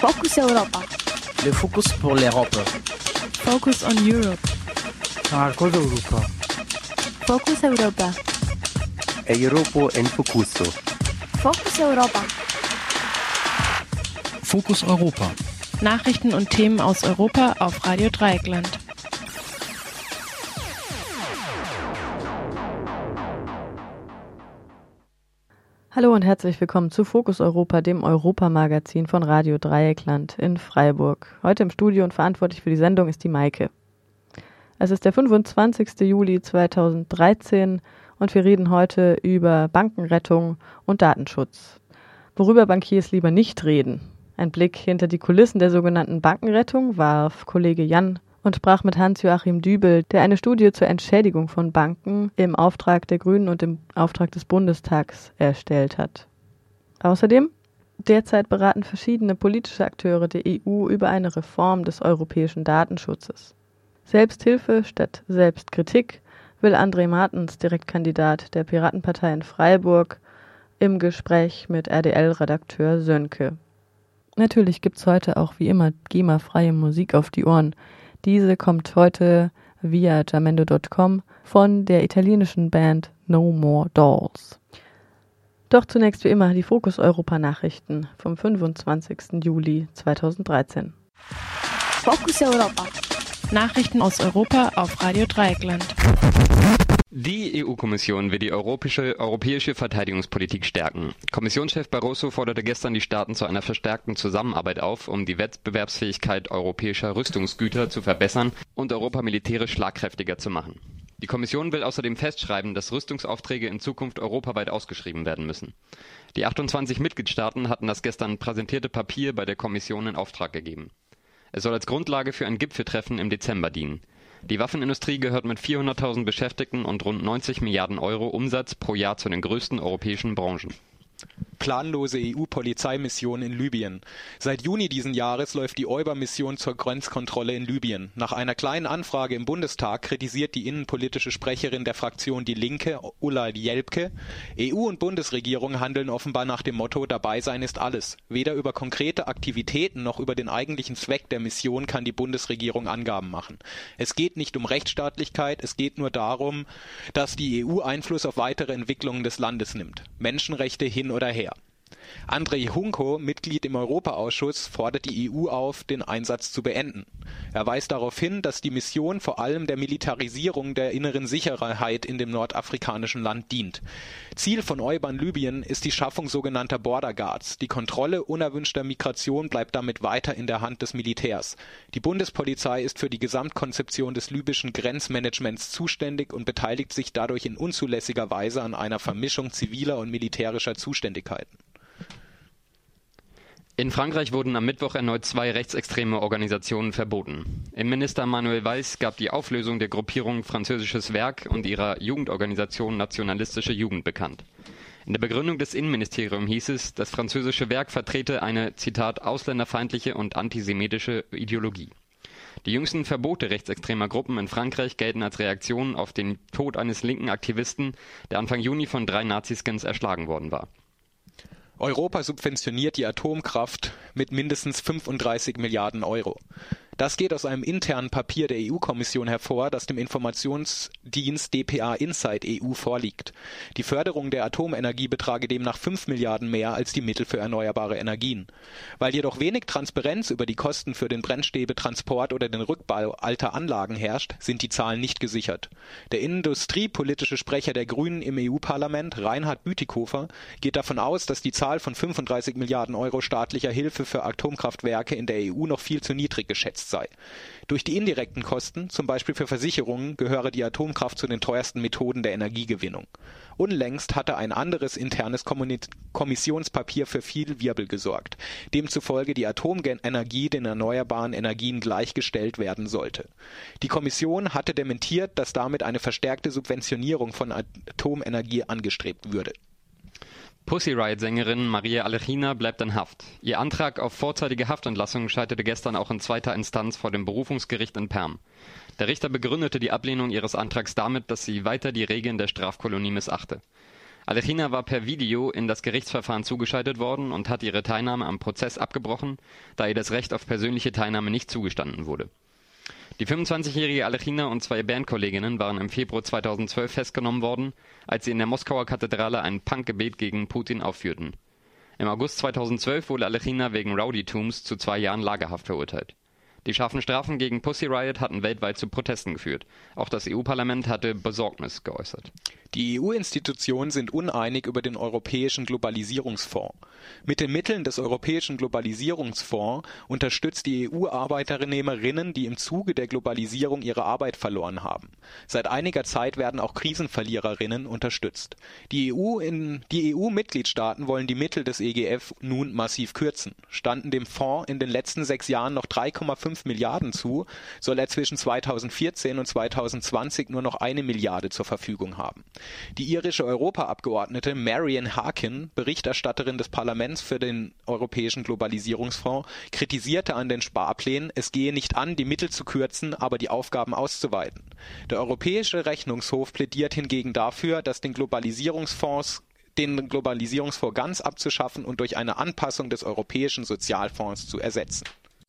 Focus Europa. Le Focus pour l'Europe. Focus on Europe. Cosa Europa. Focus Europa. Europa en Focuso. Focus Europa. Fokus Europa. Nachrichten und Themen aus Europa auf Radio Dreieckland. Hallo und herzlich willkommen zu Fokus Europa, dem Europamagazin von Radio Dreieckland in Freiburg. Heute im Studio und verantwortlich für die Sendung ist die Maike. Es ist der 25. Juli 2013 und wir reden heute über Bankenrettung und Datenschutz. Worüber Bankiers lieber nicht reden. Ein Blick hinter die Kulissen der sogenannten Bankenrettung warf Kollege Jan und sprach mit Hans-Joachim Dübel, der eine Studie zur Entschädigung von Banken im Auftrag der Grünen und im Auftrag des Bundestags erstellt hat. Außerdem, derzeit beraten verschiedene politische Akteure der EU über eine Reform des europäischen Datenschutzes. Selbsthilfe statt Selbstkritik will André Martens, Direktkandidat der Piratenpartei in Freiburg, im Gespräch mit RDL-Redakteur Sönke. Natürlich gibt's heute auch wie immer GEMA-freie Musik auf die Ohren. Diese kommt heute via jamendo.com von der italienischen Band No More Dolls. Doch zunächst wie immer die Fokus Europa Nachrichten vom 25. Juli 2013. Focus Europa. Nachrichten aus Europa auf Radio Dreieckland. Die EU-Kommission will die europäische Verteidigungspolitik stärken. Kommissionschef Barroso forderte gestern die Staaten zu einer verstärkten Zusammenarbeit auf, um die Wettbewerbsfähigkeit europäischer Rüstungsgüter zu verbessern und Europa militärisch schlagkräftiger zu machen. Die Kommission will außerdem festschreiben, dass Rüstungsaufträge in Zukunft europaweit ausgeschrieben werden müssen. Die 28 Mitgliedstaaten hatten das gestern präsentierte Papier bei der Kommission in Auftrag gegeben. Es soll als Grundlage für ein Gipfeltreffen im Dezember dienen. Die Waffenindustrie gehört mit 400.000 Beschäftigten und rund 90 Milliarden Euro Umsatz pro Jahr zu den größten europäischen Branchen. Planlose EU-Polizeimission in Libyen. Seit Juni diesen Jahres läuft die EUBA-Mission zur Grenzkontrolle in Libyen. Nach einer kleinen Anfrage im Bundestag kritisiert die innenpolitische Sprecherin der Fraktion Die Linke, Ulla Jelpke, EU und Bundesregierung handeln offenbar nach dem Motto, dabei sein ist alles. Weder über konkrete Aktivitäten noch über den eigentlichen Zweck der Mission kann die Bundesregierung Angaben machen. Es geht nicht um Rechtsstaatlichkeit, es geht nur darum, dass die EU Einfluss auf weitere Entwicklungen des Landes nimmt. Menschenrechte hin oder her. Andrej Hunko, Mitglied im Europaausschuss, fordert die EU auf, den Einsatz zu beenden. Er weist darauf hin, dass die Mission vor allem der Militarisierung der inneren Sicherheit in dem nordafrikanischen Land dient. Ziel von EUBA in Libyen ist die Schaffung sogenannter Border Guards. Die Kontrolle unerwünschter Migration bleibt damit weiter in der Hand des Militärs. Die Bundespolizei ist für die Gesamtkonzeption des libyschen Grenzmanagements zuständig und beteiligt sich dadurch in unzulässiger Weise an einer Vermischung ziviler und militärischer Zuständigkeiten. In Frankreich wurden am Mittwoch erneut 2 rechtsextreme Organisationen verboten. Innenminister Manuel Valls gab die Auflösung der Gruppierung Französisches Werk und ihrer Jugendorganisation Nationalistische Jugend bekannt. In der Begründung des Innenministeriums hieß es, das französische Werk vertrete eine, Zitat, ausländerfeindliche und antisemitische Ideologie. Die jüngsten Verbote rechtsextremer Gruppen in Frankreich gelten als Reaktion auf den Tod eines linken Aktivisten, der Anfang Juni von 3 Naziskins erschlagen worden war. Europa subventioniert die Atomkraft mit mindestens 35 Milliarden Euro. Das geht aus einem internen Papier der EU-Kommission hervor, das dem Informationsdienst dpa Insight EU vorliegt. Die Förderung der Atomenergie betrage demnach 5 Milliarden mehr als die Mittel für erneuerbare Energien. Weil jedoch wenig Transparenz über die Kosten für den Brennstäbetransport oder den Rückbau alter Anlagen herrscht, sind die Zahlen nicht gesichert. Der industriepolitische Sprecher der Grünen im EU-Parlament, Reinhard Bütikofer, geht davon aus, dass die Zahl von 35 Milliarden Euro staatlicher Hilfe für Atomkraftwerke in der EU noch viel zu niedrig geschätzt sei. Durch die indirekten Kosten, zum Beispiel für Versicherungen, gehöre die Atomkraft zu den teuersten Methoden der Energiegewinnung. Unlängst hatte ein anderes internes Kommissionspapier für viel Wirbel gesorgt, demzufolge die Atomenergie den erneuerbaren Energien gleichgestellt werden sollte. Die Kommission hatte dementiert, dass damit eine verstärkte Subventionierung von Atomenergie angestrebt würde. Pussy Riot-Sängerin Maria Alejina bleibt in Haft. Ihr Antrag auf vorzeitige Haftentlassung scheiterte gestern auch in zweiter Instanz vor dem Berufungsgericht in Perm. Der Richter begründete die Ablehnung ihres Antrags damit, dass sie weiter die Regeln der Strafkolonie missachte. Alechina war per Video in das Gerichtsverfahren zugeschaltet worden und hat ihre Teilnahme am Prozess abgebrochen, da ihr das Recht auf persönliche Teilnahme nicht zugestanden wurde. Die 25-jährige Alechina und zwei Bandkolleginnen waren im Februar 2012 festgenommen worden, als sie in der Moskauer Kathedrale ein Punkgebet gegen Putin aufführten. Im August 2012 wurde Alechina wegen Rowdytums zu 2 Jahren Lagerhaft verurteilt. Die scharfen Strafen gegen Pussy Riot hatten weltweit zu Protesten geführt. Auch das EU-Parlament hatte Besorgnis geäußert. Die EU-Institutionen sind uneinig über den Europäischen Globalisierungsfonds. Mit den Mitteln des Europäischen Globalisierungsfonds unterstützt die EU Arbeitnehmerinnen, die im Zuge der Globalisierung ihre Arbeit verloren haben. Seit einiger Zeit werden auch Krisenverliererinnen unterstützt. Die EU-Mitgliedstaaten wollen die Mittel des EGF nun massiv kürzen. Standen dem Fonds in den letzten 6 Jahren noch 3,5 Milliarden zu, soll er zwischen 2014 und 2020 nur noch 1 Milliarde zur Verfügung haben. Die irische Europaabgeordnete Marian Harkin, Berichterstatterin des Parlaments für den Europäischen Globalisierungsfonds, kritisierte an den Sparplänen, es gehe nicht an, die Mittel zu kürzen, aber die Aufgaben auszuweiten. Der Europäische Rechnungshof plädiert hingegen dafür, dass den Globalisierungsfonds ganz abzuschaffen und durch eine Anpassung des Europäischen Sozialfonds zu ersetzen.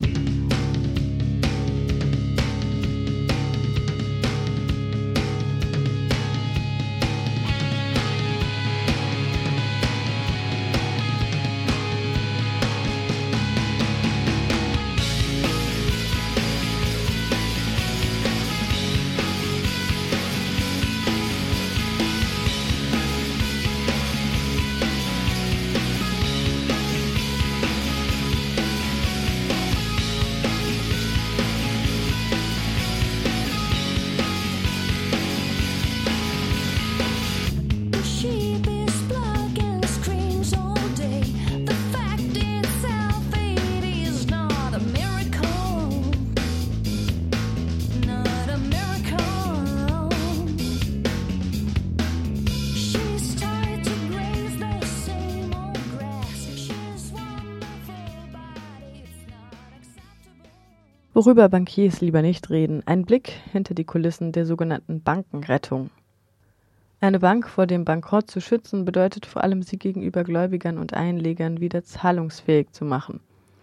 Worüber Bankiers lieber nicht reden, ein Blick hinter die Kulissen der sogenannten Bankenrettung. Eine Bank vor dem Bankrott zu schützen, bedeutet vor allem, sie gegenüber Gläubigern und Einlegern wieder zahlungsfähig zu machen.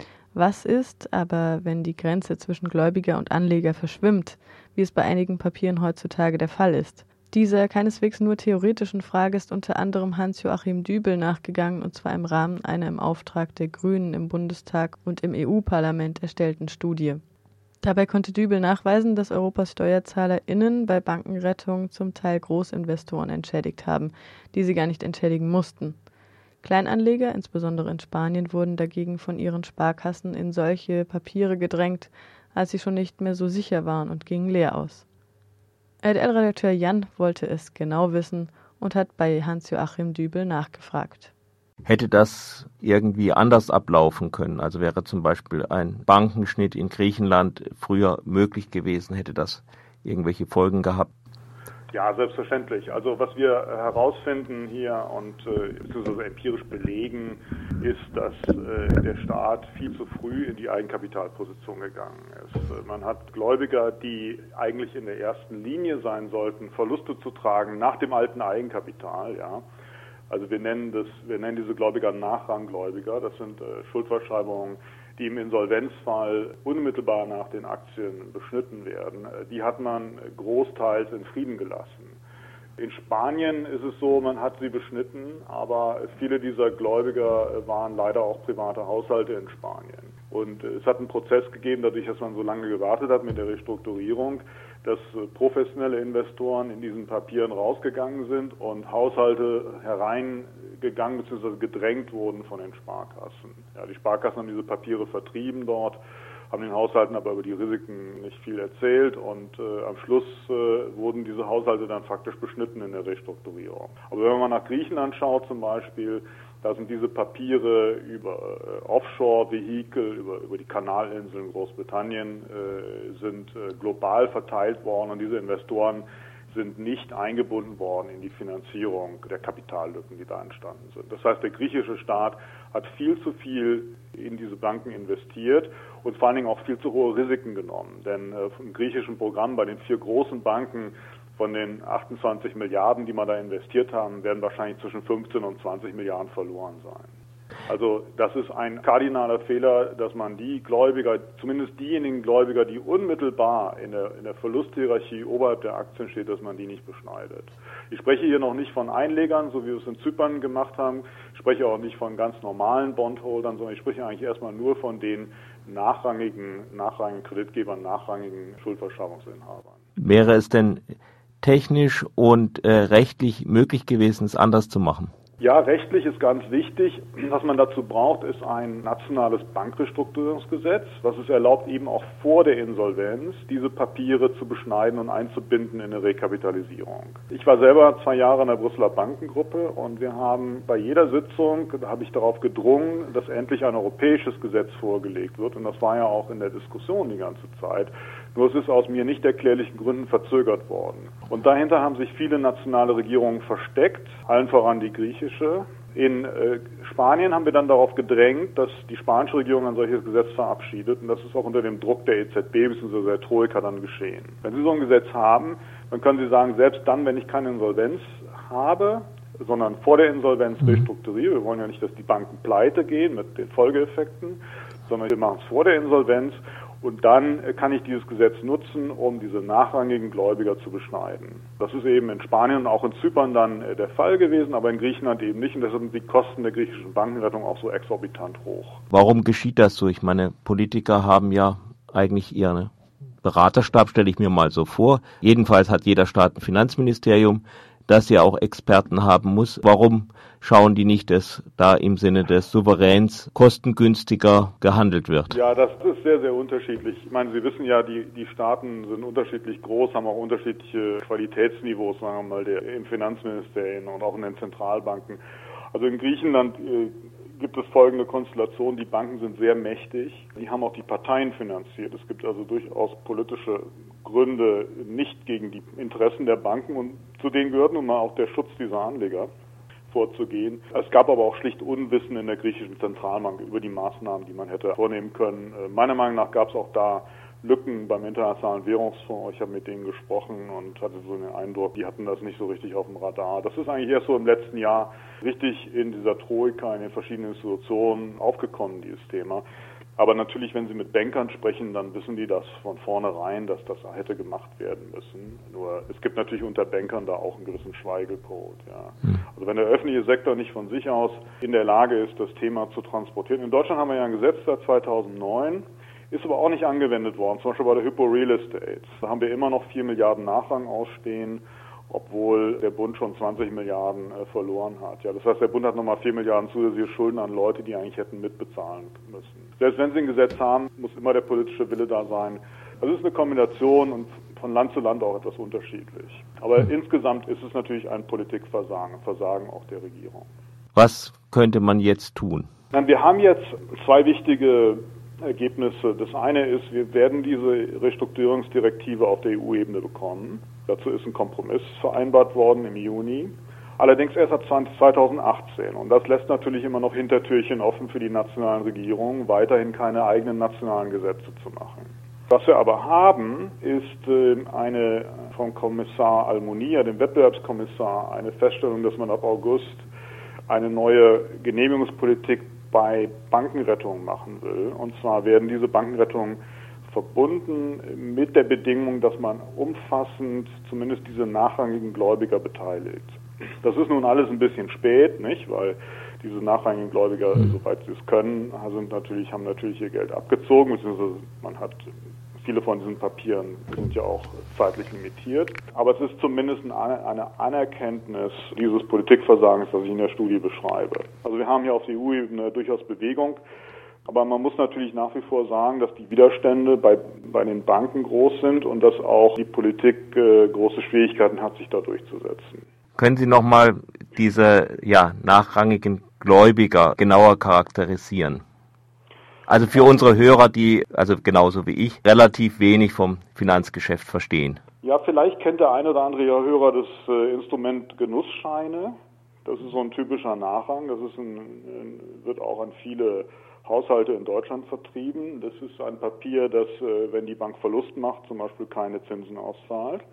Was ist aber, wenn die Grenze zwischen Gläubiger und Anleger verschwimmt, wie es bei einigen Papieren heutzutage der Fall ist? Dieser keineswegs nur theoretischen Frage ist unter anderem Hans-Joachim Dübel nachgegangen, und zwar im Rahmen einer im Auftrag der Grünen im Bundestag und im EU-Parlament erstellten Studie. Dabei konnte Dübel nachweisen, dass Europas SteuerzahlerInnen bei Bankenrettung zum Teil Großinvestoren entschädigt haben, die sie gar nicht entschädigen mussten. Kleinanleger, insbesondere in Spanien, wurden dagegen von ihren Sparkassen in solche Papiere gedrängt, als sie schon nicht mehr so sicher waren, und gingen leer aus. RTL-Redakteur Jan wollte es genau wissen und hat bei Hans-Joachim Dübel nachgefragt. Hätte das irgendwie anders ablaufen können? Also wäre zum Beispiel ein Bankenschnitt in Griechenland früher möglich gewesen? Hätte das irgendwelche Folgen gehabt? Ja, selbstverständlich. Also was wir herausfinden hier und beziehungsweise empirisch belegen, ist, dass der Staat viel zu früh in die Eigenkapitalposition gegangen ist. Man hat Gläubiger, die eigentlich in der ersten Linie sein sollten, Verluste zu tragen nach dem alten Eigenkapital, ja. Also wir nennen diese Gläubiger Nachranggläubiger. Das sind Schuldverschreibungen, die im Insolvenzfall unmittelbar nach den Aktien beschnitten werden. Die hat man großteils in Frieden gelassen. In Spanien ist es so, man hat sie beschnitten, aber viele dieser Gläubiger waren leider auch private Haushalte in Spanien. Und es hat einen Prozess gegeben, dadurch, dass man so lange gewartet hat mit der Restrukturierung, dass professionelle Investoren in diesen Papieren rausgegangen sind und Haushalte hereingegangen bzw. gedrängt wurden von den Sparkassen. Ja, die Sparkassen haben diese Papiere vertrieben dort, haben den Haushalten aber über die Risiken nicht viel erzählt, und am Schluss wurden diese Haushalte dann faktisch beschnitten in der Restrukturierung. Aber wenn man mal nach Griechenland schaut zum Beispiel, da sind diese Papiere über Offshore-Vehikel, über die Kanalinseln in Großbritannien sind global verteilt worden, und diese Investoren sind nicht eingebunden worden in die Finanzierung der Kapitallücken, die da entstanden sind. Das heißt, der griechische Staat hat viel zu viel in diese Banken investiert und vor allen Dingen auch viel zu hohe Risiken genommen. Denn im griechischen Programm bei den 4 großen Banken Von den 28 Milliarden, die wir da investiert haben, werden wahrscheinlich zwischen 15 und 20 Milliarden verloren sein. Also das ist ein kardinaler Fehler, dass man die Gläubiger, zumindest diejenigen Gläubiger, die unmittelbar in der Verlusthierarchie oberhalb der Aktien steht, dass man die nicht beschneidet. Ich spreche hier noch nicht von Einlegern, so wie wir es in Zypern gemacht haben. Ich spreche auch nicht von ganz normalen Bondholdern, sondern ich spreche eigentlich erstmal nur von den nachrangigen Kreditgebern, nachrangigen Schuldverschaffungsinhabern. Wäre es denn technisch und rechtlich möglich gewesen, es anders zu machen? Ja, rechtlich ist ganz wichtig. Was man dazu braucht, ist ein nationales Bankrestrukturierungsgesetz, was es erlaubt, eben auch vor der Insolvenz diese Papiere zu beschneiden und einzubinden in eine Rekapitalisierung. Ich war selber 2 Jahre in der Brüsseler Bankengruppe und wir haben bei jeder Sitzung, da habe ich darauf gedrungen, dass endlich ein europäisches Gesetz vorgelegt wird. Und das war ja auch in der Diskussion die ganze Zeit. Nur es ist aus mir nicht erklärlichen Gründen verzögert worden. Und dahinter haben sich viele nationale Regierungen versteckt, allen voran die griechische. In Spanien haben wir dann darauf gedrängt, dass die spanische Regierung ein solches Gesetz verabschiedet. Und das ist auch unter dem Druck der EZB bzw. der Troika dann geschehen. Wenn Sie so ein Gesetz haben, dann können Sie sagen, selbst dann, wenn ich keine Insolvenz habe, sondern vor der Insolvenz restrukturiere, wir wollen ja nicht, dass die Banken pleite gehen mit den Folgeeffekten, sondern wir machen es vor der Insolvenz. Und dann kann ich dieses Gesetz nutzen, um diese nachrangigen Gläubiger zu beschneiden. Das ist eben in Spanien und auch in Zypern dann der Fall gewesen, aber in Griechenland eben nicht. Und deshalb sind die Kosten der griechischen Bankenrettung auch so exorbitant hoch. Warum geschieht das so? Ich meine, Politiker haben ja eigentlich ihren Beraterstab, stelle ich mir mal so vor. Jedenfalls hat jeder Staat ein Finanzministerium, das ja auch Experten haben muss. Warum schauen die nicht, dass da im Sinne des Souveräns kostengünstiger gehandelt wird? Ja, das ist sehr, sehr unterschiedlich. Ich meine, Sie wissen ja, die Staaten sind unterschiedlich groß, haben auch unterschiedliche Qualitätsniveaus, sagen wir mal, im Finanzministerien und auch in den Zentralbanken. Also in Griechenland gibt es folgende Konstellation. Die Banken sind sehr mächtig. Die haben auch die Parteien finanziert. Es gibt also durchaus politische Gründe nicht gegen die Interessen der Banken und zu denen gehört nun mal auch der Schutz dieser Anleger vorzugehen. Es gab aber auch schlicht Unwissen in der griechischen Zentralbank über die Maßnahmen, die man hätte vornehmen können. Meiner Meinung nach gab es auch da Lücken beim Internationalen Währungsfonds. Ich habe mit denen gesprochen und hatte so den Eindruck, die hatten das nicht so richtig auf dem Radar. Das ist eigentlich erst so im letzten Jahr richtig in dieser Troika, in den verschiedenen Institutionen aufgekommen, dieses Thema. Aber natürlich, wenn Sie mit Bankern sprechen, dann wissen die das von vornherein, dass das hätte gemacht werden müssen. Nur es gibt natürlich unter Bankern da auch einen gewissen Schweigecode. Ja. Also wenn der öffentliche Sektor nicht von sich aus in der Lage ist, das Thema zu transportieren. In Deutschland haben wir ja ein Gesetz seit 2009, ist aber auch nicht angewendet worden, zum Beispiel bei der Hypo Real Estate. Da haben wir immer noch 4 Milliarden Nachrang ausstehen, obwohl der Bund schon 20 Milliarden verloren hat. Ja, das heißt, der Bund hat nochmal 4 Milliarden zusätzliche Schulden an Leute, die eigentlich hätten mitbezahlen müssen. Selbst wenn Sie ein Gesetz haben, muss immer der politische Wille da sein. Das ist eine Kombination und von Land zu Land auch etwas unterschiedlich. Aber insgesamt ist es natürlich ein Politikversagen, ein Versagen auch der Regierung. Was könnte man jetzt tun? Wir haben jetzt 2 wichtige Ergebnisse. Das eine ist, wir werden diese Restrukturierungsdirektive auf der EU-Ebene bekommen. Dazu ist ein Kompromiss vereinbart worden im Juni. Allerdings erst ab 2018. Und das lässt natürlich immer noch Hintertürchen offen für die nationalen Regierungen, weiterhin keine eigenen nationalen Gesetze zu machen. Was wir aber haben, ist eine vom Kommissar Almunia, dem Wettbewerbskommissar, eine Feststellung, dass man ab August eine neue Genehmigungspolitik bei Bankenrettungen machen will. Und zwar werden diese Bankenrettungen verbunden mit der Bedingung, dass man umfassend zumindest diese nachrangigen Gläubiger beteiligt. Das ist nun alles ein bisschen spät, nicht? Weil diese nachrangigen Gläubiger, soweit sie es können, haben natürlich ihr Geld abgezogen, beziehungsweise viele von diesen Papieren sind ja auch zeitlich limitiert. Aber es ist zumindest eine Anerkenntnis dieses Politikversagens, das ich in der Studie beschreibe. Also wir haben hier auf der EU-Ebene durchaus Bewegung. Aber man muss natürlich nach wie vor sagen, dass die Widerstände bei den Banken groß sind und dass auch die Politik große Schwierigkeiten hat, sich da durchzusetzen. Können Sie nochmal diese nachrangigen Gläubiger genauer charakterisieren? Also für unsere Hörer, die, also genauso wie ich, relativ wenig vom Finanzgeschäft verstehen. Ja, vielleicht kennt der eine oder andere Hörer das Instrument Genussscheine. Das ist so ein typischer Nachrang. Das ist wird auch an viele Haushalte in Deutschland vertrieben. Das ist ein Papier, das, wenn die Bank Verlust macht, zum Beispiel keine Zinsen auszahlt.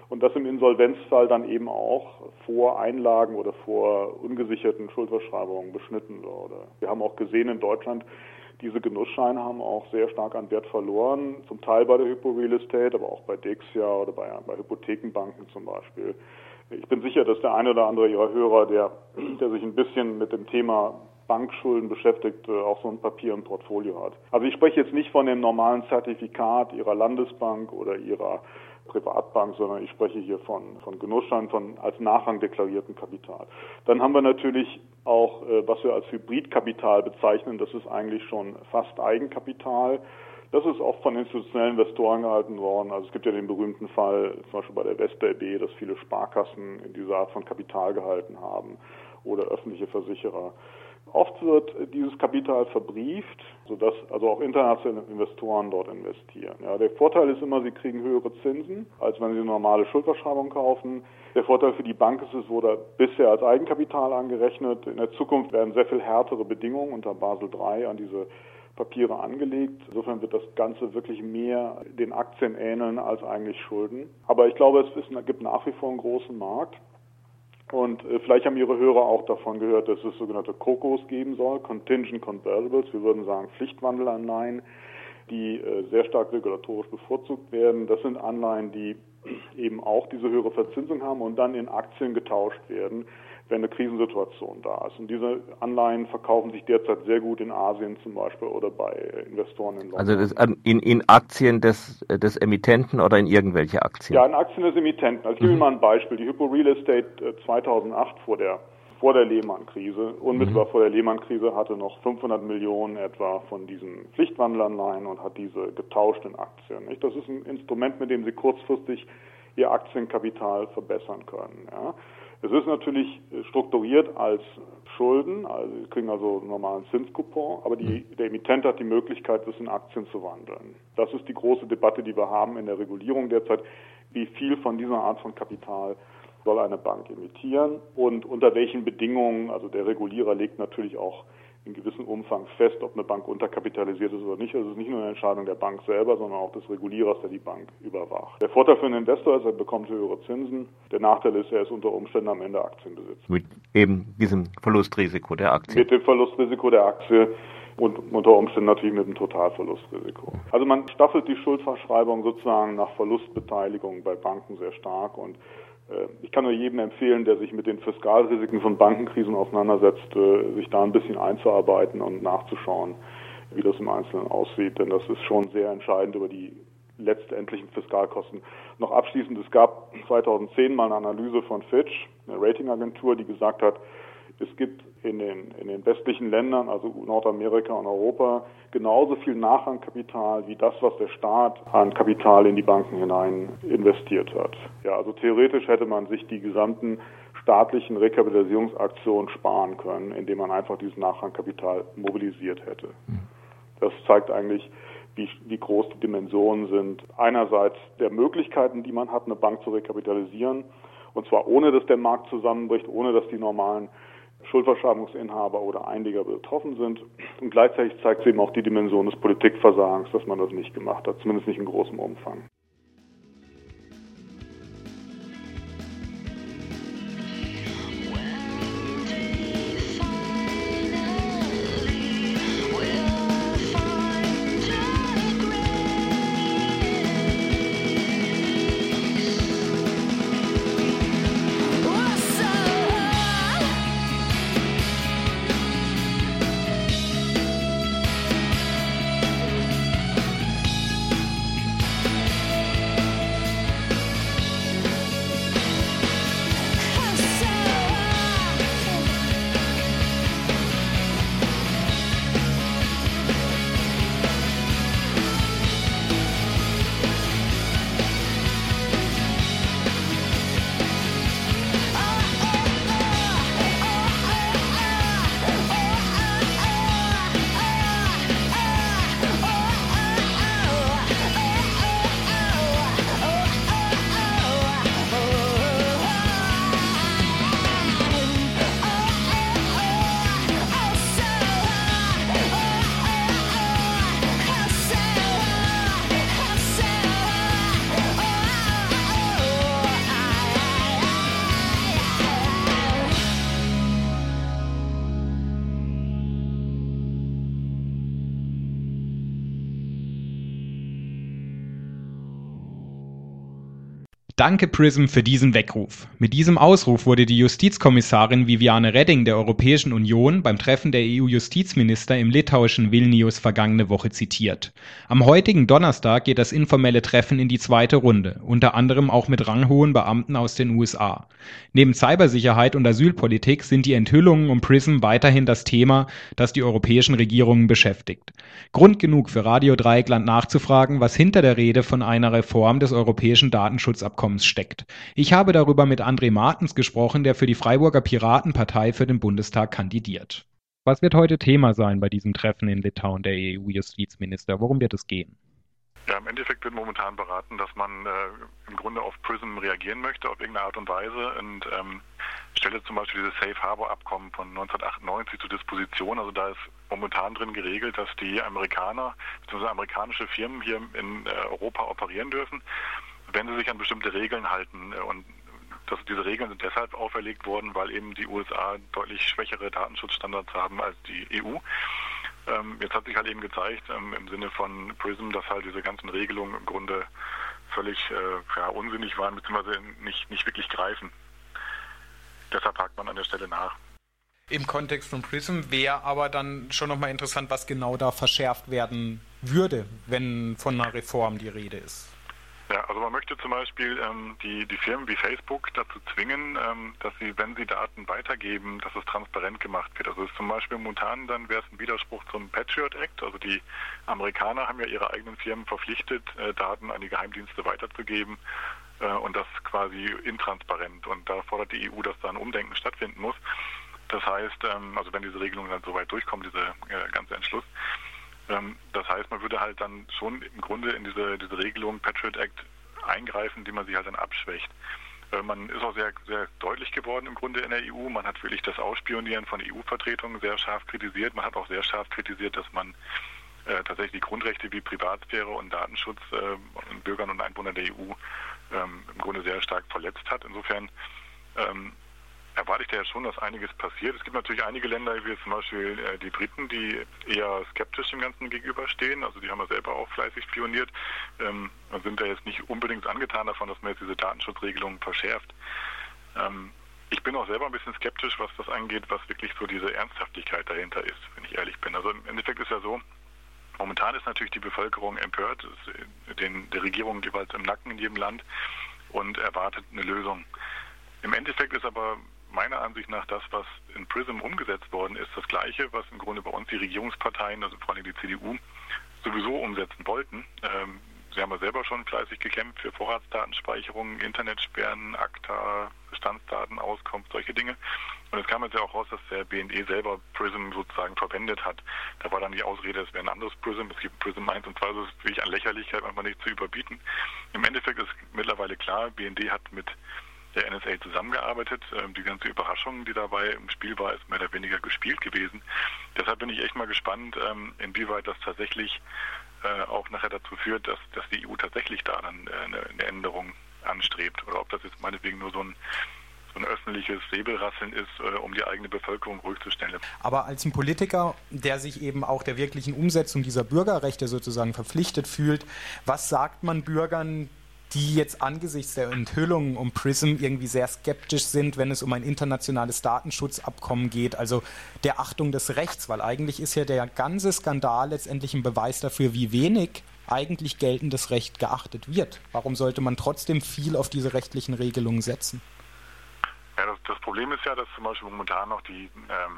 und das im Insolvenzfall dann eben auch vor Einlagen oder vor ungesicherten Schuldverschreibungen beschnitten würde. Wir haben auch gesehen in Deutschland, diese Genussscheine haben auch sehr stark an Wert verloren, zum Teil bei der Hypo Real Estate, aber auch bei Dexia oder bei Hypothekenbanken zum Beispiel. Ich bin sicher, dass der eine oder andere Ihrer Hörer, der sich ein bisschen mit dem Thema Bankschulden beschäftigt, auch so ein Papier im Portfolio hat. Also ich spreche jetzt nicht von dem normalen Zertifikat Ihrer Landesbank oder Ihrer Privatbank, sondern ich spreche hier von Genussscheinen, von als Nachrang deklarierten Kapital. Dann haben wir natürlich auch, was wir als Hybridkapital bezeichnen, das ist eigentlich schon fast Eigenkapital. Das ist oft von institutionellen Investoren gehalten worden. Also es gibt ja den berühmten Fall, zum Beispiel bei der WestLB, dass viele Sparkassen in dieser Art von Kapital gehalten haben oder öffentliche Versicherer. Oft wird dieses Kapital verbrieft, sodass also auch internationale Investoren dort investieren. Ja, der Vorteil ist immer, sie kriegen höhere Zinsen, als wenn sie eine normale Schuldverschreibung kaufen. Der Vorteil für die Bank ist, es wurde bisher als Eigenkapital angerechnet. In der Zukunft werden sehr viel härtere Bedingungen unter Basel III an diese Papiere angelegt. Insofern wird das Ganze wirklich mehr den Aktien ähneln als eigentlich Schulden. Aber ich glaube, es gibt nach wie vor einen großen Markt. Und vielleicht haben Ihre Hörer auch davon gehört, dass es sogenannte COCOs geben soll, Contingent Convertibles, wir würden sagen Pflichtwandelanleihen, die sehr stark regulatorisch bevorzugt werden. Das sind Anleihen, die eben auch diese höhere Verzinsung haben und dann in Aktien getauscht werden, wenn eine Krisensituation da ist. Und diese Anleihen verkaufen sich derzeit sehr gut in Asien zum Beispiel oder bei Investoren in London. Also das in Aktien des Emittenten oder in irgendwelche Aktien? Ja, in Aktien des Emittenten. Also ich gebe Ihnen mal ein Beispiel. Die Hypo Real Estate 2008 vor der Lehman-Krise, unmittelbar vor der Lehman-Krise, hatte noch 500 Millionen etwa von diesen Pflichtwandelanleihen und hat diese getauscht in Aktien. Nicht? Das ist ein Instrument, mit dem Sie kurzfristig Ihr Aktienkapital verbessern können. Ja? Es ist natürlich strukturiert als Schulden, also Sie kriegen also einen normalen Zinskupon, aber der Emittent hat die Möglichkeit, das in Aktien zu wandeln. Das ist die große Debatte, die wir haben in der Regulierung derzeit. Wie viel von dieser Art von Kapital soll eine Bank emittieren und unter welchen Bedingungen? Also der Regulierer legt natürlich auch in gewissem Umfang fest, ob eine Bank unterkapitalisiert ist oder nicht. Also es ist nicht nur eine Entscheidung der Bank selber, sondern auch des Regulierers, der die Bank überwacht. Der Vorteil für einen Investor ist, er bekommt höhere Zinsen. Der Nachteil ist, er ist unter Umständen am Ende Aktienbesitzer. Mit eben diesem Verlustrisiko der Aktie. Mit dem Verlustrisiko der Aktie und unter Umständen natürlich mit dem Totalverlustrisiko. Also man staffelt die Schuldverschreibung sozusagen nach Verlustbeteiligung bei Banken sehr stark und ich kann nur jedem empfehlen, der sich mit den Fiskalrisiken von Bankenkrisen auseinandersetzt, sich da ein bisschen einzuarbeiten und nachzuschauen, wie das im Einzelnen aussieht. Denn das ist schon sehr entscheidend über die letztendlichen Fiskalkosten. Noch abschließend, es gab 2010 mal eine Analyse von Fitch, eine Ratingagentur, die gesagt hat, es gibt in den westlichen Ländern, also Nordamerika und Europa, genauso viel Nachrangkapital wie das, was der Staat an Kapital in die Banken hinein investiert hat. Ja, also theoretisch hätte man sich die gesamten staatlichen Rekapitalisierungsaktionen sparen können, indem man einfach dieses Nachrangkapital mobilisiert hätte. Das zeigt eigentlich, wie groß die Dimensionen sind. Einerseits der Möglichkeiten, die man hat, eine Bank zu rekapitalisieren, und zwar ohne, dass der Markt zusammenbricht, ohne dass die normalen Schuldverschreibungsinhaber oder Einleger betroffen sind. Und gleichzeitig zeigt es eben auch die Dimension des Politikversagens, dass man das nicht gemacht hat, zumindest nicht in großem Umfang. Danke PRISM für diesen Weckruf. Mit diesem Ausruf wurde die Justizkommissarin Viviane Reding der Europäischen Union beim Treffen der EU-Justizminister im litauischen Vilnius vergangene Woche zitiert. Am heutigen Donnerstag geht das informelle Treffen in die zweite Runde, unter anderem auch mit ranghohen Beamten aus den USA. Neben Cybersicherheit und Asylpolitik sind die Enthüllungen um PRISM weiterhin das Thema, das die europäischen Regierungen beschäftigt. Grund genug für Radio Dreieckland nachzufragen, was hinter der Rede von einer Reform des europäischen Datenschutzabkommens steckt. Ich habe darüber mit André Martens gesprochen, der für die Freiburger Piratenpartei für den Bundestag kandidiert. Was wird heute Thema sein bei diesem Treffen in Litauen der EU-Justizminister? Worum wird es gehen? Ja, im Endeffekt wird momentan beraten, dass man im Grunde auf PRISM reagieren möchte, auf irgendeine Art und Weise, und stellt zum Beispiel dieses Safe Harbor Abkommen von 1998 zur Disposition. Also da ist momentan drin geregelt, dass die Amerikaner bzw. amerikanische Firmen hier in Europa operieren dürfen, wenn sie sich an bestimmte Regeln halten. Und diese Regeln sind deshalb auferlegt worden, weil eben die USA deutlich schwächere Datenschutzstandards haben als die EU. Jetzt hat sich halt eben gezeigt, im Sinne von PRISM, dass halt diese ganzen Regelungen im Grunde völlig unsinnig waren, beziehungsweise nicht wirklich greifen. Deshalb hakt man an der Stelle nach. Im Kontext von PRISM wäre aber dann schon nochmal interessant, was genau da verschärft werden würde, wenn von einer Reform die Rede ist. Ja, also man möchte zum Beispiel die Firmen wie Facebook dazu zwingen, dass sie, wenn sie Daten weitergeben, dass es transparent gemacht wird. Also es ist zum Beispiel momentan, dann wäre es ein Widerspruch zum Patriot Act. Also die Amerikaner haben ja ihre eigenen Firmen verpflichtet, Daten an die Geheimdienste weiterzugeben, und das quasi intransparent. Und da fordert die EU, dass da ein Umdenken stattfinden muss. Das heißt, also wenn diese Regelung dann soweit durchkommt, dieser ganze Entschluss, das heißt, man würde halt dann schon im Grunde in diese Regelung Patriot Act eingreifen, die man sich halt dann abschwächt. Man ist auch sehr, sehr deutlich geworden im Grunde in der EU. Man hat wirklich das Ausspionieren von EU-Vertretungen sehr scharf kritisiert. Man hat auch sehr scharf kritisiert, dass man tatsächlich die Grundrechte wie Privatsphäre und Datenschutz von Bürgern und Einwohnern der EU im Grunde sehr stark verletzt hat. Insofern erwarte ich da ja schon, dass einiges passiert. Es gibt natürlich einige Länder, wie zum Beispiel die Briten, die eher skeptisch dem Ganzen gegenüberstehen. Also die haben ja selber auch fleißig spioniert. Sind da jetzt nicht unbedingt angetan davon, dass man jetzt diese Datenschutzregelungen verschärft. Ich bin auch selber ein bisschen skeptisch, was das angeht, was wirklich so diese Ernsthaftigkeit dahinter ist, wenn ich ehrlich bin. Also im Endeffekt ist ja so, momentan ist natürlich die Bevölkerung empört, ist der Regierung jeweils im Nacken in jedem Land und erwartet eine Lösung. Im Endeffekt ist aber meiner Ansicht nach das, was in PRISM umgesetzt worden ist, das Gleiche, was im Grunde bei uns die Regierungsparteien, also vor allem die CDU, sowieso umsetzen wollten. Sie haben ja selber schon fleißig gekämpft für Vorratsdatenspeicherung, Internetsperren, ACTA, Bestandsdatenauskunft, solche Dinge. Und es kam jetzt ja auch raus, dass der BND selber PRISM sozusagen verwendet hat. Da war dann die Ausrede, es wäre ein anderes PRISM, es gibt PRISM 1 und 2, das ist wirklich an Lächerlichkeit manchmal nicht zu überbieten. Im Endeffekt ist mittlerweile klar, BND hat mit der NSA zusammengearbeitet. Die ganze Überraschung, die dabei im Spiel war, ist mehr oder weniger gespielt gewesen. Deshalb bin ich echt mal gespannt, inwieweit das tatsächlich auch nachher dazu führt, dass die EU tatsächlich da dann eine Änderung anstrebt. Oder ob das jetzt meinetwegen nur so ein öffentliches Säbelrasseln ist, um die eigene Bevölkerung ruhig zu stellen. Aber als ein Politiker, der sich eben auch der wirklichen Umsetzung dieser Bürgerrechte sozusagen verpflichtet fühlt, was sagt man Bürgern, die jetzt angesichts der Enthüllungen um PRISM irgendwie sehr skeptisch sind, wenn es um ein internationales Datenschutzabkommen geht, also der Achtung des Rechts, weil eigentlich ist ja der ganze Skandal letztendlich ein Beweis dafür, wie wenig eigentlich geltendes Recht geachtet wird. Warum sollte man trotzdem viel auf diese rechtlichen Regelungen setzen? Ja, das Problem ist ja, dass zum Beispiel momentan noch die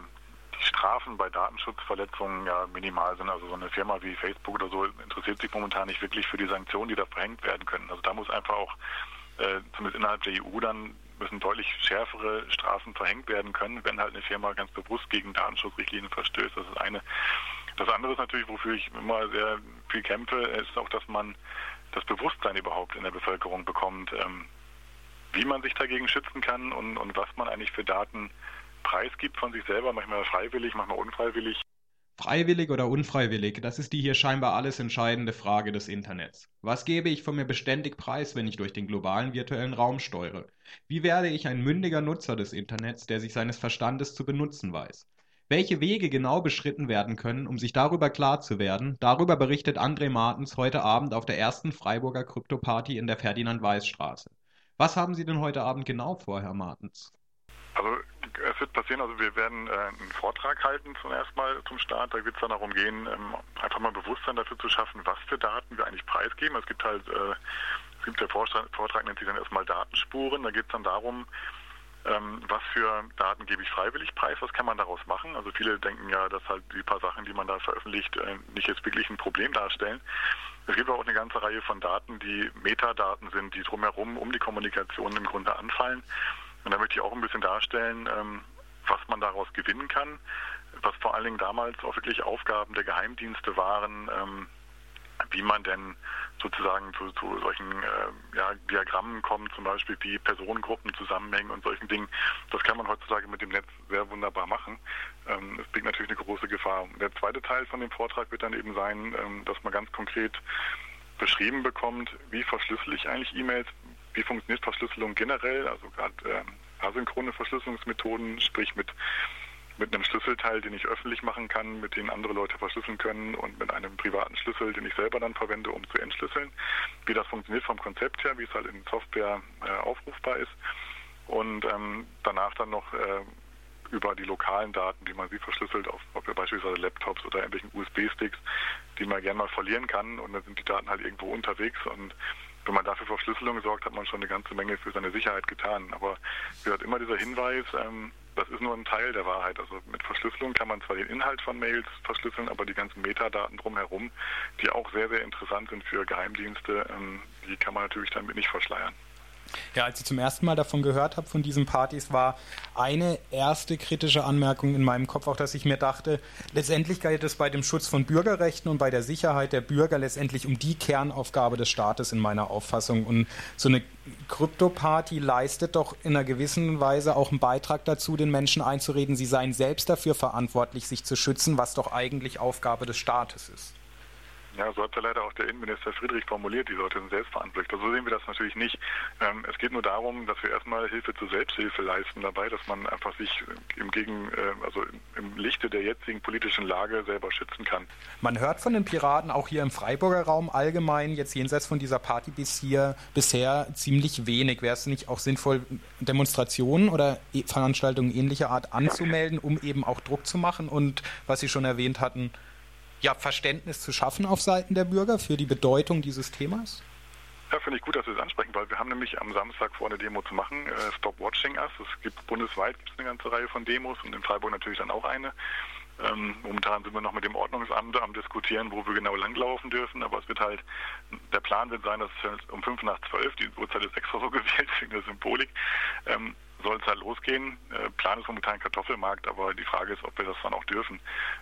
Strafen bei Datenschutzverletzungen ja minimal sind. Also so eine Firma wie Facebook oder so interessiert sich momentan nicht wirklich für die Sanktionen, die da verhängt werden können. Also da muss einfach auch, zumindest innerhalb der EU, dann müssen deutlich schärfere Strafen verhängt werden können, wenn halt eine Firma ganz bewusst gegen Datenschutzrichtlinien verstößt. Das ist eine. Das andere ist natürlich, wofür ich immer sehr viel kämpfe, ist auch, dass man das Bewusstsein überhaupt in der Bevölkerung bekommt, wie man sich dagegen schützen kann und was man eigentlich für Daten preisgibt von sich selber, manchmal freiwillig, manchmal unfreiwillig. Freiwillig oder unfreiwillig, das ist die hier scheinbar alles entscheidende Frage des Internets. Was gebe ich von mir beständig preis, wenn ich durch den globalen virtuellen Raum steuere? Wie werde ich ein mündiger Nutzer des Internets, der sich seines Verstandes zu benutzen weiß? Welche Wege genau beschritten werden können, um sich darüber klar zu werden, darüber berichtet André Martens heute Abend auf der ersten Freiburger Krypto-Party in der Ferdinand-Weiß-Straße. Was haben Sie denn heute Abend genau vor, Herr Martens? Also es wird passieren, also wir werden einen Vortrag halten zunächst mal zum Start. Da wird es dann darum gehen, einfach mal Bewusstsein dafür zu schaffen, was für Daten wir eigentlich preisgeben. Es gibt der Vortrag nennt sich dann erstmal Datenspuren. Da geht es dann darum, was für Daten gebe ich freiwillig preis, was kann man daraus machen. Also viele denken ja, dass halt die paar Sachen, die man da veröffentlicht, nicht jetzt wirklich ein Problem darstellen. Es gibt aber auch eine ganze Reihe von Daten, die Metadaten sind, die drumherum um die Kommunikation im Grunde anfallen. Und da möchte ich auch ein bisschen darstellen, was man daraus gewinnen kann, was vor allen Dingen damals auch wirklich Aufgaben der Geheimdienste waren, wie man denn sozusagen zu solchen Diagrammen kommt, zum Beispiel wie Personengruppen zusammenhängen und solchen Dingen. Das kann man heutzutage mit dem Netz sehr wunderbar machen. Es birgt natürlich eine große Gefahr. Der zweite Teil von dem Vortrag wird dann eben sein, dass man ganz konkret beschrieben bekommt, wie verschlüssel ich eigentlich E-Mails, wie funktioniert Verschlüsselung generell, also gerade asynchrone Verschlüsselungsmethoden, sprich mit einem Schlüsselteil, den ich öffentlich machen kann, mit dem andere Leute verschlüsseln können und mit einem privaten Schlüssel, den ich selber dann verwende, um zu entschlüsseln. Wie das funktioniert vom Konzept her, wie es halt in Software aufrufbar ist. Und danach dann noch über die lokalen Daten, wie man sie verschlüsselt, ob beispielsweise Laptops oder irgendwelchen USB-Sticks, die man gerne mal verlieren kann. Und dann sind die Daten halt irgendwo unterwegs. Und wenn man dafür Verschlüsselung sorgt, hat man schon eine ganze Menge für seine Sicherheit getan. Aber wie gesagt, immer dieser Hinweis, das ist nur ein Teil der Wahrheit. Also mit Verschlüsselung kann man zwar den Inhalt von Mails verschlüsseln, aber die ganzen Metadaten drumherum, die auch sehr, sehr interessant sind für Geheimdienste, die kann man natürlich damit nicht verschleiern. Ja, als ich zum ersten Mal davon gehört habe, von diesen Partys, war eine erste kritische Anmerkung in meinem Kopf auch, dass ich mir dachte, letztendlich geht es bei dem Schutz von Bürgerrechten und bei der Sicherheit der Bürger letztendlich um die Kernaufgabe des Staates in meiner Auffassung. Und so eine Krypto-Party leistet doch in einer gewissen Weise auch einen Beitrag dazu, den Menschen einzureden, sie seien selbst dafür verantwortlich, sich zu schützen, was doch eigentlich Aufgabe des Staates ist. Ja, so hat ja leider auch der Innenminister Friedrich formuliert, die Leute sind selbstverantwortlich. So sehen wir das natürlich nicht. Es geht nur darum, dass wir erstmal Hilfe zur Selbsthilfe leisten dabei, dass man einfach sich im Lichte der jetzigen politischen Lage selber schützen kann. Man hört von den Piraten auch hier im Freiburger Raum allgemein, jetzt jenseits von dieser Party bisher ziemlich wenig. Wäre es nicht auch sinnvoll, Demonstrationen oder Veranstaltungen ähnlicher Art anzumelden, um eben auch Druck zu machen und, was Sie schon erwähnt hatten, ja, Verständnis zu schaffen auf Seiten der Bürger für die Bedeutung dieses Themas? Ja, finde ich gut, dass Sie es ansprechen, weil wir haben nämlich am Samstag vor, eine Demo zu machen, Stop Watching Us. Es gibt bundesweit eine ganze Reihe von Demos und in Freiburg natürlich dann auch eine. Momentan sind wir noch mit dem Ordnungsamt am Diskutieren, wo wir genau langlaufen dürfen, aber der Plan wird sein, dass es um 11:55, die Uhrzeit ist extra so gewählt wegen der Symbolik, soll es halt losgehen. Plan ist momentan Kartoffelmarkt, aber die Frage ist, ob wir das dann auch dürfen.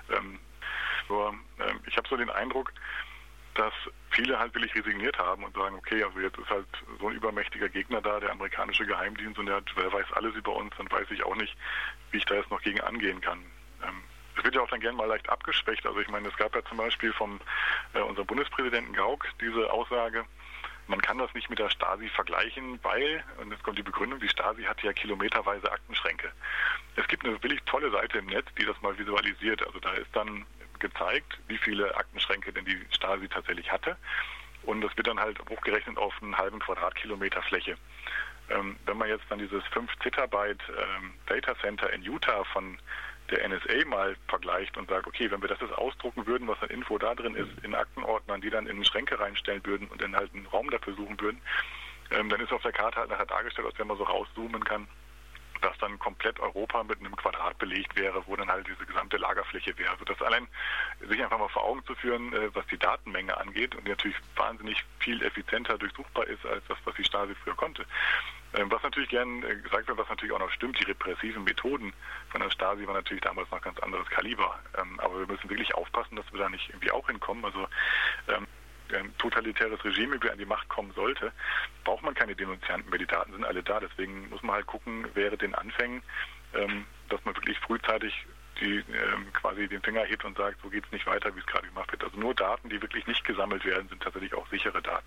Ich habe so den Eindruck, dass viele halt wirklich resigniert haben und sagen, okay, also jetzt ist halt so ein übermächtiger Gegner da, der amerikanische Geheimdienst, und der weiß alles über uns, dann weiß ich auch nicht, wie ich da jetzt noch gegen angehen kann. Es wird ja auch dann gerne mal leicht abgeschwächt. Also ich meine, es gab ja zum Beispiel von unserem Bundespräsidenten Gauck diese Aussage, man kann das nicht mit der Stasi vergleichen, weil, und jetzt kommt die Begründung, die Stasi hat ja kilometerweise Aktenschränke. Es gibt eine wirklich tolle Seite im Netz, die das mal visualisiert. Also da ist dann gezeigt, wie viele Aktenschränke denn die Stasi tatsächlich hatte. Und das wird dann halt hochgerechnet auf einen halben Quadratkilometer Fläche. Wenn man jetzt dann dieses 5 Zettabyte Data Center in Utah von der NSA mal vergleicht und sagt, okay, wenn wir das jetzt ausdrucken würden, was an Info da drin ist, in Aktenordnern, die dann in Schränke reinstellen würden und dann halt einen Raum dafür suchen würden, dann ist auf der Karte halt nachher dargestellt, als wenn man so rauszoomen kann, dass dann komplett Europa mit einem Quadrat belegt wäre, wo dann halt diese gesamte Lagerfläche wäre. Also das allein sich einfach mal vor Augen zu führen, was die Datenmenge angeht und die natürlich wahnsinnig viel effizienter durchsuchbar ist, als das, was die Stasi früher konnte. Was natürlich gern gesagt wird, was natürlich auch noch stimmt, die repressiven Methoden von der Stasi waren natürlich damals noch ganz anderes Kaliber. Aber wir müssen wirklich aufpassen, dass wir da nicht irgendwie auch hinkommen. Also ein totalitäres Regime irgendwie an die Macht kommen sollte, braucht man keine Denunzianten mehr, die Daten sind alle da. Deswegen muss man halt gucken, während den Anfängen, dass man wirklich frühzeitig quasi den Finger hebt und sagt, so geht es nicht weiter, wie es gerade gemacht wird. Also nur Daten, die wirklich nicht gesammelt werden, sind tatsächlich auch sichere Daten.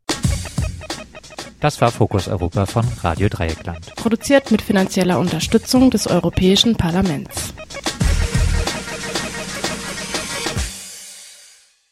Das war Fokus Europa von Radio Dreieckland. Produziert mit finanzieller Unterstützung des Europäischen Parlaments.